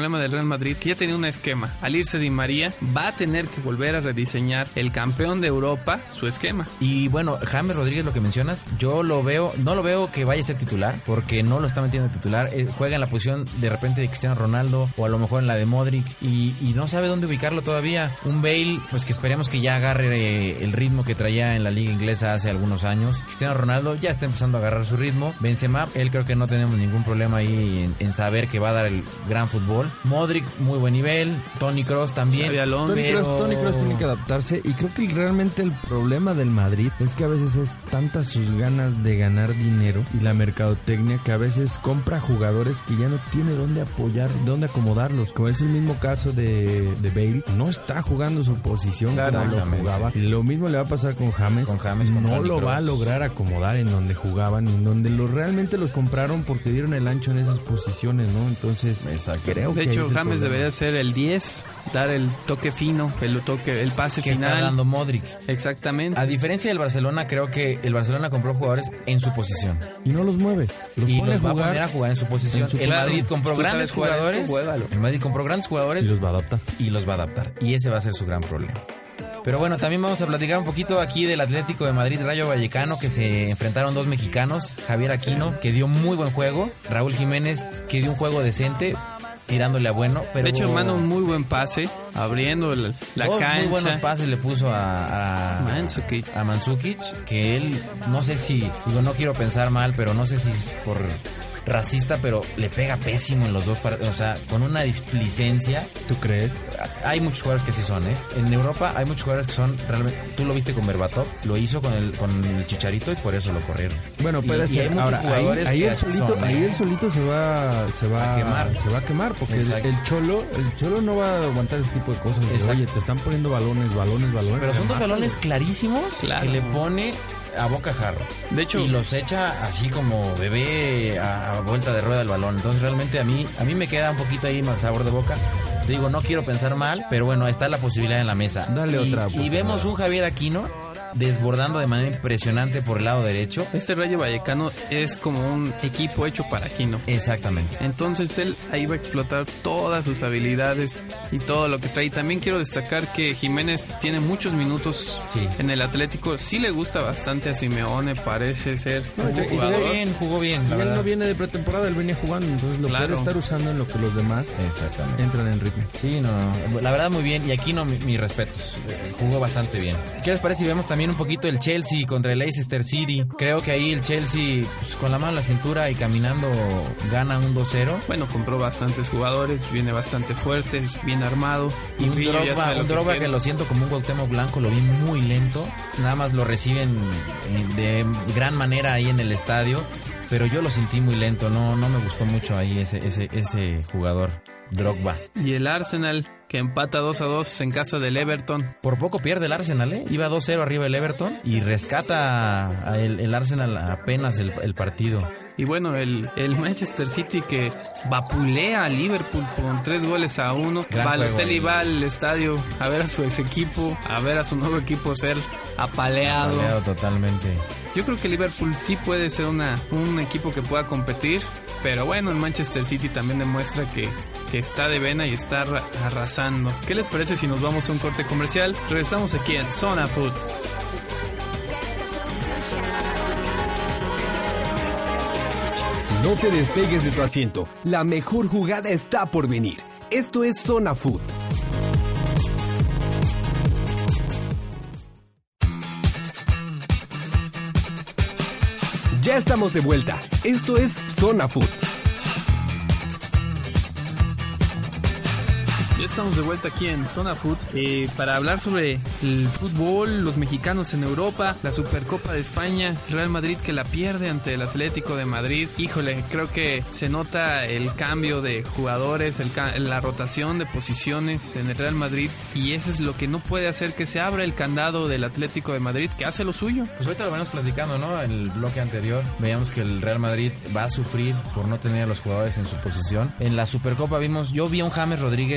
Real Madrid, que ya tenía un esquema. Al irse Di María, va a tener que volver a rediseñar el campeón de Europa su esquema. Y bueno, James Rodríguez, lo que mencionas, yo lo veo, no lo veo que vaya a ser titular, porque no lo está metiendo titular. Eh, juega en la posición de repente de Cristiano Ronaldo, o a lo mejor en la de Modric, y, y no sabe dónde ubicarlo todavía. Un Bale, pues que esperemos que ya agarre eh, el ritmo que traía en la liga inglesa hace algunos años. Cristiano Ronaldo ya está empezando a agarrar su ritmo. Benzema, él creo que no tenemos ningún problema ahí en, en saber que va a dar el gran fútbol. Modric, muy buen nivel. Toni Kroos también. Toni pero... Kroos, Toni Kroos tiene que adaptarse, y creo que realmente el problema del Madrid es que a veces es tantas sus ganas de ganar dinero y la mercadotecnia que a veces compra jugadores que ya no tiene dónde apoyar, dónde acomodarlos. Como es el mismo caso de, de Bale, no está jugando su posición como lo jugaba. Lo mismo le va a pasar con James. Con James con no Toni lo Kroos. va a lograr acomodar en donde jugaban, en donde lo, realmente los compraron porque dieron el ancho en esas posiciones, ¿no? Entonces, Exacto. creo De que hecho, es el James problema. debería ser el diez, dar el toque fino, el toque, el pase que final. está dando Modric. Exactamente. A diferencia del Barcelona, creo que el Barcelona compró jugadores en su posición. Y no los mueve. Los Y pone los va a jugar poner a jugar en su posición. en su- el Claro, Madrid compró tú grandes sabes jugar esto, jugadores. juégalo. El Madrid compró grandes jugadores y los va a adaptar. y los va a adaptar. Y ese va a ser su gran problema. Pero bueno, también vamos a platicar un poquito aquí del Atlético de Madrid, Rayo Vallecano, que se enfrentaron dos mexicanos, Javier Aquino, que dio muy buen juego, Raúl Jiménez, que dio un juego decente, tirándole a bueno, pero... De hecho, manda un muy buen pase, abriendo la, la dos cancha. muy buenos pases le puso a, a Mandzukic. a Mandzukic, que él, no sé si, digo, no quiero pensar mal, pero no sé si es por racista, pero le pega pésimo en los dos partidos, o sea, con una displicencia. ¿Tú crees? Hay muchos jugadores que sí son, ¿eh? En Europa hay muchos jugadores que son realmente... Tú lo viste con Berbatov, lo hizo con el, con el Chicharito y por eso lo corrieron. Bueno, Y- puede y ser. hay muchos Ahora, ahí, jugadores ahí que el así solito, son, ahí ¿eh? el solito se va, se va A quemar. se va a quemar, porque el, Exacto. el Cholo, el Cholo no va a aguantar ese tipo de cosas. de, Exacto. Oye, te están poniendo balones, balones, balones. Pero son dos remátalo. balones clarísimos Claro. que le pone a boca jarro. De hecho, Y los echa así como bebé a, a vuelta de rueda el balón. Entonces realmente a mí a mí me queda un poquito ahí mal sabor de boca. Te digo, no quiero pensar mal, pero bueno, está la posibilidad en la mesa. Dale y, otra Y oportunidad. vemos un Javier Aquino desbordando de manera impresionante por el lado derecho. este Rayo Vallecano es como un equipo hecho para Aquino. Exactamente. Entonces él ahí va a explotar todas sus habilidades y todo lo que trae. Y también quiero destacar que Jiménez tiene muchos minutos Sí. en el Atlético. Sí le gusta bastante a Simeone, parece ser No, este y- y jugador. Jugó bien, jugó bien, Y la él verdad. no viene de pretemporada, él venía jugando, entonces lo Claro. puede estar usando en lo que los demás Exactamente. entran en ritmo. Sí, no, no, la verdad muy bien. Y aquí no, mi, mi respetos. Eh, Jugó bastante bien. ¿Qué les parece si vemos también un poquito el Chelsea contra el Leicester City? Creo que ahí el Chelsea, pues, con la mano en la cintura y caminando, gana un dos cero. Bueno, compró bastantes jugadores, viene bastante fuerte, bien armado. Y un Mourinho ya Drogba, sabe lo un que Drogba que, quiere. lo siento como un Cuauhtémoc Blanco, lo vi muy lento. Nada más lo reciben eh, de gran manera ahí en el estadio. Pero yo lo sentí muy lento, no, no me gustó mucho ahí ese, ese, ese jugador, Drogba. Y el Arsenal, que empata dos a dos en casa del Everton. Por poco pierde el Arsenal, ¿eh? Iba dos cero arriba el Everton y rescata a el, el Arsenal apenas el, el partido. Y bueno, el, el Manchester City que vapulea a Liverpool con tres goles a uno. Gran Balotelli juego, va al estadio a ver a su ex equipo, a ver a su nuevo equipo ser apaleado. Paleado totalmente. Yo creo que Liverpool sí puede ser una, un equipo que pueda competir, pero bueno, el Manchester City también demuestra que, que está de vena y está arra- arrasando. ¿Qué les parece si nos vamos a un corte comercial? Regresamos aquí en Zona Food. No te despegues de tu asiento. La mejor jugada está por venir. Esto es Zona Food. Ya estamos de vuelta. Esto es Zona Food. Ya estamos de vuelta aquí en Zona Food eh, para hablar sobre el fútbol, los mexicanos en Europa, la Supercopa de España, Real Madrid que la pierde ante el Atlético de Madrid. Híjole, creo que se nota el cambio de jugadores, el ca- la rotación de posiciones en el Real Madrid y eso es lo que no puede hacer que se abra el candado del Atlético de Madrid, que hace lo suyo. Pues ahorita lo venimos platicando, ¿no? En el bloque anterior veíamos que el Real Madrid va a sufrir por no tener a los jugadores en su posición. En la Supercopa vimos, yo vi a un James Rodríguez de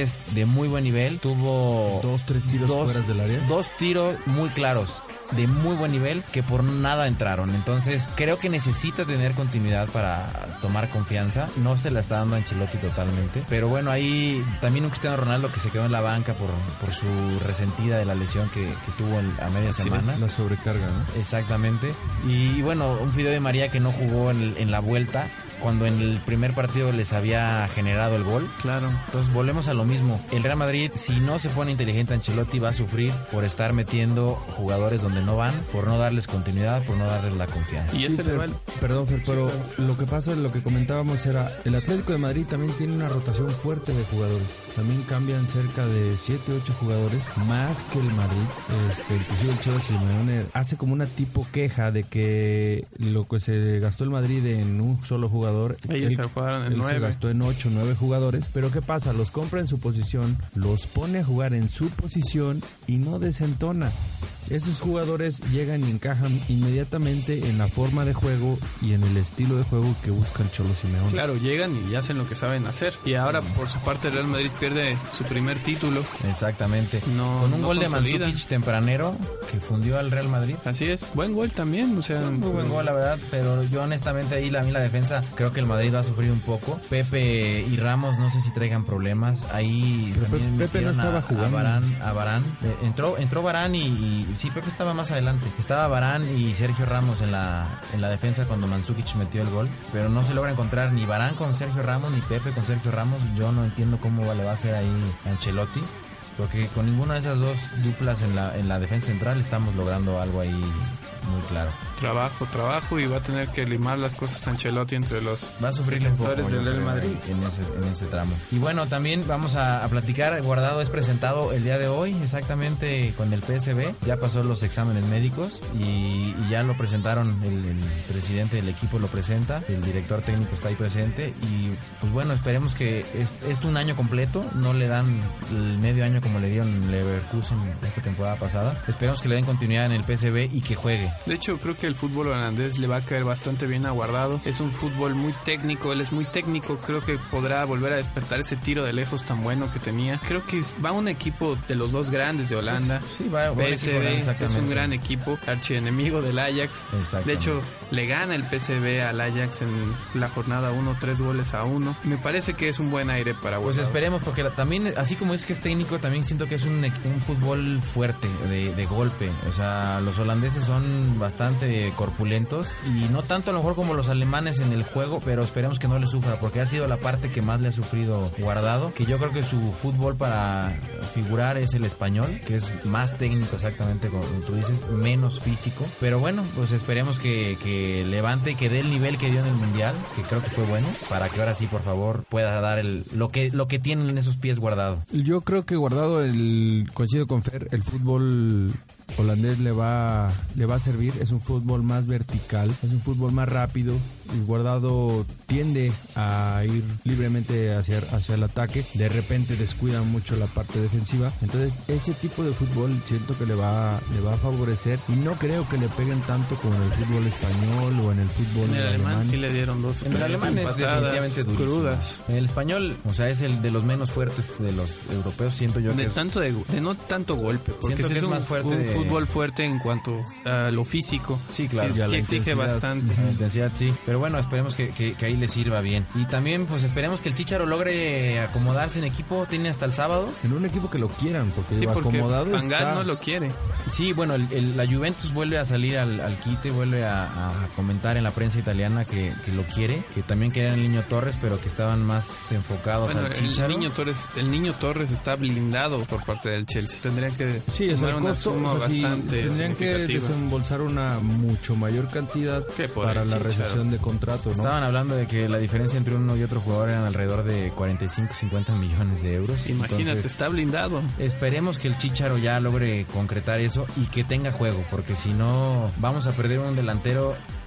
muy buen nivel. Tuvo dos, tres tiros dos, fuera del área. Dos tiros muy claros de muy buen nivel que por nada entraron. Entonces creo que necesita tener continuidad para tomar confianza. No se la está dando a Ancelotti totalmente, pero bueno, ahí también un Cristiano Ronaldo que se quedó en la banca por, por su resentida de la lesión que, que tuvo en, a media Así semana. es, la sobrecarga, ¿no? Exactamente. Y, y bueno, un Fideo Di María que no jugó en, en la vuelta cuando en el primer partido les había generado el gol. Claro. Entonces volvemos a lo mismo. El Real Madrid, si no se pone inteligente, Ancelotti va a sufrir por estar metiendo jugadores donde no van, por no darles continuidad, por no darles la confianza. Y ese Sí, Fer, rival. perdón, Fer, pero Sí, lo que pasa, lo que comentábamos era, el Atlético de Madrid también tiene una rotación fuerte de jugadores. También cambian cerca de siete, ocho jugadores, más que el Madrid. Este, inclusive el Cholo Simeone hace como una tipo queja de que lo que se gastó el Madrid en un solo jugador, Ellos él, se jugaron en él nueve. se gastó en ocho, nueve jugadores. Pero ¿qué pasa? Los compra en su posición, los pone a jugar en su posición y no desentona. Esos jugadores llegan y encajan inmediatamente en la forma de juego y en el estilo de juego que busca el Cholo Simeone. Claro, llegan y hacen lo que saben hacer. Y ahora, por su parte, el Real Madrid pierde su primer título. Exactamente. No, Con un no gol de consolida. Mandzukic tempranero que fundió al Real Madrid. Así es. Buen gol también. O sea, Sí, muy buen gol, la verdad, pero yo honestamente ahí la, a mí la defensa creo que el Madrid va a sufrir un poco. Pepe y Ramos no sé si traigan problemas. Ahí Pero también Pepe no metieron estaba a, jugando. a Varane, a Varane. Eh, entró entró Varane y, y sí, Pepe estaba más adelante. Estaba Varane y Sergio Ramos en la en la defensa cuando Mandzukic metió el gol, pero no se logra encontrar ni Varane con Sergio Ramos ni Pepe con Sergio Ramos. Yo no entiendo cómo le va a hacer ahí Ancelotti, porque con ninguna de esas dos duplas en la en la defensa central estamos logrando algo ahí muy claro. trabajo, trabajo y va a tener que limar las cosas Ancelotti entre los Va a sufrir un poco, defensores yo del Real creo, Madrid. en ese, en ese tramo. Y bueno, también vamos a, a platicar. Guardado es presentado el día de hoy, exactamente con el P S V. Ya pasó los exámenes médicos y, y ya lo presentaron. El, el presidente del equipo lo presenta, el director técnico está ahí presente. Y pues bueno, esperemos que es, es un año completo. No le dan el medio año como le dieron en Leverkusen esta temporada pasada. Esperemos que le den continuidad en el P S V y que juegue. De hecho, creo que el fútbol holandés le va a caer bastante bien a Guardado. Es un fútbol muy técnico, él es muy técnico. Creo que podrá volver a despertar ese tiro de lejos tan bueno que tenía. Creo que va un equipo de los dos grandes de Holanda. Sí, va, va un P S equipo grande, V es exactamente. un gran equipo, archienemigo del Ajax. Exactamente. De hecho, le gana el P S V al Ajax en la jornada uno, tres goles a uno. Me parece que es un buen aire para Guardado. Pues esperemos, porque la- también, así como es que es técnico, también siento que es un, un fútbol fuerte, de, de golpe. O sea, los holandeses son bastante corpulentos y no tanto a lo mejor como los alemanes en el juego, pero esperemos que no le sufra, porque ha sido la parte que más le ha sufrido Guardado, que yo creo que su fútbol para figurar es el español, que es más técnico exactamente como tú dices, menos físico. Pero bueno, pues esperemos que, que levante y que dé el nivel que dio en el Mundial, que creo que fue bueno, para que ahora sí, por favor, pueda dar el lo que, lo que tienen en esos pies Guardado. Yo creo que Guardado, el coincido con Fer, el fútbol holandés le va le va a servir. Es un fútbol más vertical, es un fútbol más rápido. Y Guardado tiende a ir libremente hacia, hacia el ataque. De repente descuida mucho la parte defensiva. Entonces ese tipo de fútbol siento que le va le va a favorecer. Y no creo que le peguen tanto como en el fútbol español o en el fútbol En el alemán alemán. sí le dieron dos En el tres alemán es patadas definitivamente durísimo. crudas. En el español, o sea, es el de los menos fuertes de los europeos, siento yo que De es- tanto de, de no tanto golpe, porque Siento sí que es es un, más fuerte un de- fútbol fuerte en cuanto a lo físico. Sí, claro. Sí, Y a sí la exige intensidad. bastante. La intensidad, sí. Pero bueno, esperemos que, que, que ahí le sirva bien. Y también, pues esperemos que el Chícharo logre acomodarse en equipo. Tiene hasta el sábado. En un equipo que lo quieran, porque, Sí, porque acomodado Van Gaal está. no lo quiere. Sí, bueno, el, el- la Juventus vuelve a salir al, al quite, vuelve a, a comentar en la prensa italiana que, que lo quiere, que también querían el Niño Torres, pero que estaban más enfocados Bueno, al el Chícharo. niño Torres, el niño Torres está blindado por parte del Chelsea. Tendría que Sí, es sumar el una costo, suma o sea, sí, bastante tendrían que significativa. desembolsar una mucho mayor cantidad Que por para el la Chícharo. rescisión de contrato, ¿no? Estaban hablando de que la diferencia entre uno y otro jugador eran alrededor de cuarenta y cinco, cincuenta millones de euros. Imagínate, Entonces, está blindado. esperemos que el Chícharo ya logre concretar eso y que tenga juego, porque si no vamos a perder un delantero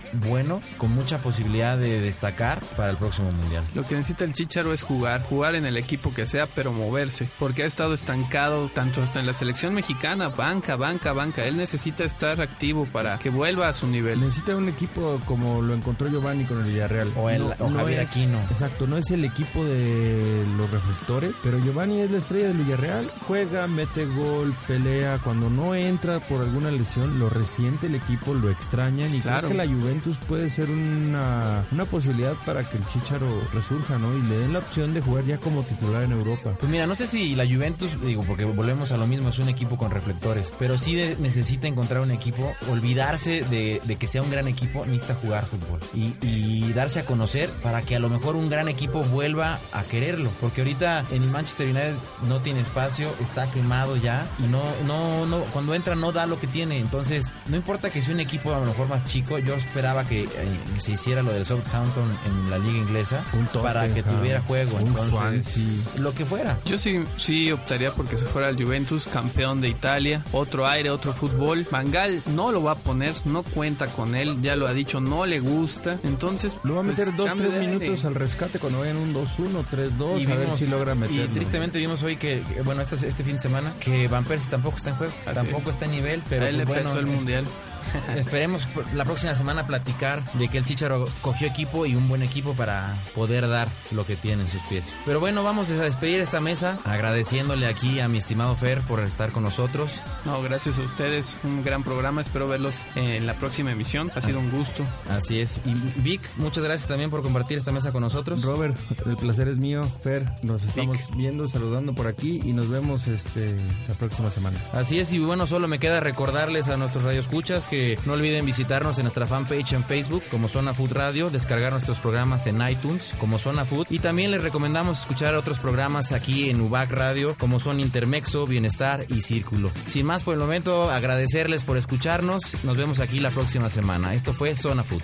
bueno, con mucha posibilidad de destacar para el próximo mundial. Lo que necesita el Chícharo es jugar, jugar en el equipo que sea, pero moverse, porque ha estado estancado tanto hasta en la selección mexicana, banca, banca, banca. Él necesita estar activo para que vuelva a su nivel. Necesita un equipo como lo encontró Giovanni con el Villarreal. O, el, no, o no Javier es, Aquino. Exacto, no es el equipo de los reflectores, pero Giovanni es la estrella del Villarreal. Juega, mete gol, pelea. Cuando no entra por alguna lesión, lo resiente el equipo, lo extrañan y claro, creo que la Juventus puede ser una, una posibilidad para que el Chícharo resurja, ¿no? Y le den la opción de jugar ya como titular en Europa. Pues mira, no sé si la Juventus, digo, porque volvemos a lo mismo, es un equipo con reflectores, pero sí de, necesita encontrar un equipo, olvidarse de, de que sea un gran equipo, necesita jugar fútbol y, y darse a conocer para que a lo mejor un gran equipo vuelva a quererlo, porque ahorita en el Manchester United no tiene espacio, está quemado ya y no, no, no, cuando entra no da lo que tiene, entonces no importa que sea un equipo a lo mejor más chico, yo esperaba que eh, se hiciera lo del Southampton en la liga inglesa para que tuviera juego, un entonces Swansea, lo que fuera. Yo sí, sí optaría porque se fuera al Juventus, campeón de Italia, otro aire, otro fútbol. Van Gaal no lo va a poner, no cuenta con él, ya lo ha dicho, no le gusta, entonces lo va a meter pues, dos, cambio tres de minutos aire. al rescate cuando vayan un dos uno, tres dos, a ver si logra meterlo. Y tristemente vimos hoy que, que bueno, este, este fin de semana, que Van Persie tampoco está en juego, Así tampoco es. está en nivel, pero a él pues, le bueno, pesó el es- mundial. Esperemos la próxima semana platicar de que el Chícharo cogió equipo y un buen equipo para poder dar lo que tiene en sus pies. Pero bueno, vamos a despedir esta mesa agradeciéndole aquí a mi estimado Fer por estar con nosotros. No, gracias a ustedes, un gran programa, espero verlos en la próxima emisión, ha sido un gusto. Así es. Y Vic, muchas gracias también por compartir esta mesa con nosotros. Robert, el placer es mío. Fer, nos estamos Vic. viendo, saludando por aquí y nos vemos este la próxima semana. Así es, y bueno, solo me queda recordarles a nuestros radioescuchas que no olviden visitarnos en nuestra fanpage en Facebook como Zona Food Radio, descargar nuestros programas en iTunes como Zona Food y también les recomendamos escuchar otros programas aquí en U B A C Radio como son Intermexo, Bienestar y Círculo. Sin más por el momento, agradecerles por escucharnos, nos vemos aquí la próxima semana. Esto fue Zona Food.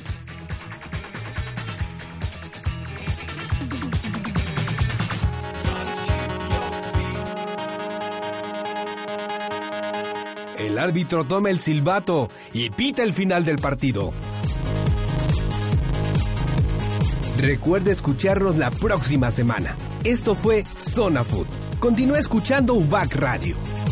El árbitro toma el silbato y pita el final del partido. Recuerde escucharnos la próxima semana. Esto fue Zona Food. Continúa escuchando U B A C Radio.